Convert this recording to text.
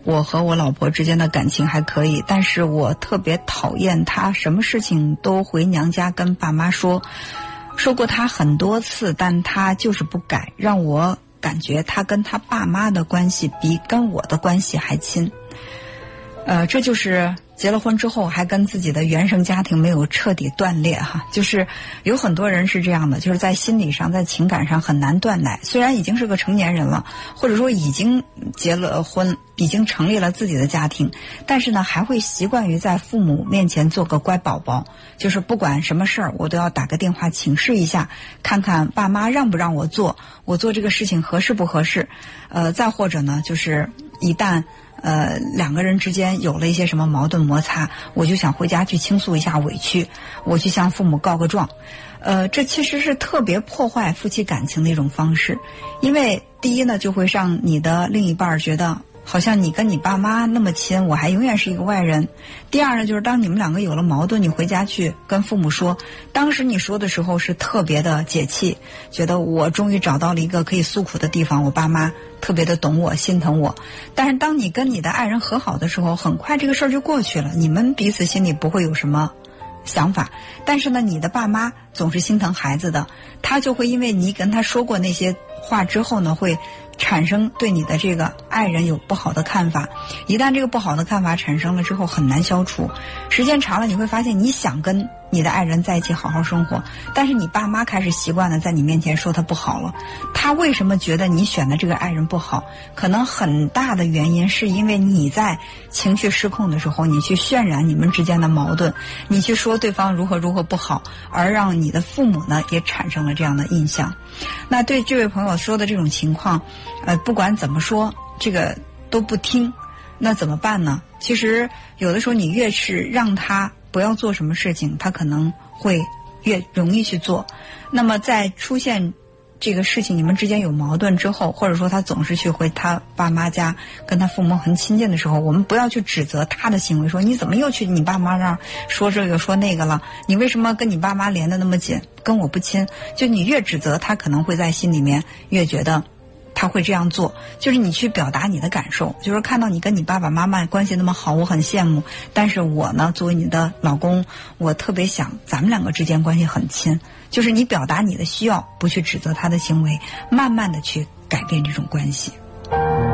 我和我老婆之间的感情还可以，但是我特别讨厌他什么事情都回娘家跟爸妈说过他很多次，但他就是不改，让我感觉他跟他爸妈的关系比跟我的关系还亲。这就是结了婚之后还跟自己的原生家庭没有彻底断裂哈，就是有很多人是这样的，就是在心理上在情感上很难断奶，虽然已经是个成年人了，或者说已经结了婚，已经成立了自己的家庭，但是呢还会习惯于在父母面前做个乖宝宝，就是不管什么事儿我都要打个电话请示一下，看看爸妈让不让我做这个事情合适不合适。再或者呢就是一旦两个人之间有了一些什么矛盾摩擦，我就想回家去倾诉一下委屈，我去向父母告个状。这其实是特别破坏夫妻感情的一种方式，因为第一呢就会让你的另一半觉得好像你跟你爸妈那么亲，我还永远是一个外人。第二呢就是当你们两个有了矛盾，你回家去跟父母说，当时你说的时候是特别的解气，觉得我终于找到了一个可以诉苦的地方，我爸妈特别的懂我心疼我。但是当你跟你的爱人和好的时候，很快这个事儿就过去了，你们彼此心里不会有什么想法，但是呢你的爸妈总是心疼孩子的，他就会因为你跟他说过那些话之后呢，会产生对你的这个爱人有不好的看法。一旦这个不好的看法产生了之后很难消除，时间长了你会发现你想跟你的爱人在一起好好生活，但是你爸妈开始习惯了在你面前说他不好了。他为什么觉得你选的这个爱人不好？可能很大的原因是因为你在情绪失控的时候，你去渲染你们之间的矛盾，你去说对方如何如何不好，而让你的父母呢也产生了这样的印象。那对这位朋友说的这种情况，不管怎么说这个都不听，那怎么办呢？其实有的时候你越是让他不要做什么事情，他可能会越容易去做。那么在出现这个事情你们之间有矛盾之后，或者说他总是去回他爸妈家跟他父母很亲近的时候，我们不要去指责他的行为，说你怎么又去你爸妈那儿说这个说那个了，你为什么跟你爸妈连得那么紧，跟我不亲。就你越指责他，可能会在心里面越觉得他会这样做。就是你去表达你的感受，就是看到你跟你爸爸妈妈关系那么好，我很羡慕，但是我呢作为你的老公，我特别想咱们两个之间关系很亲。就是你表达你的需要，不去指责他的行为，慢慢的去改变这种关系。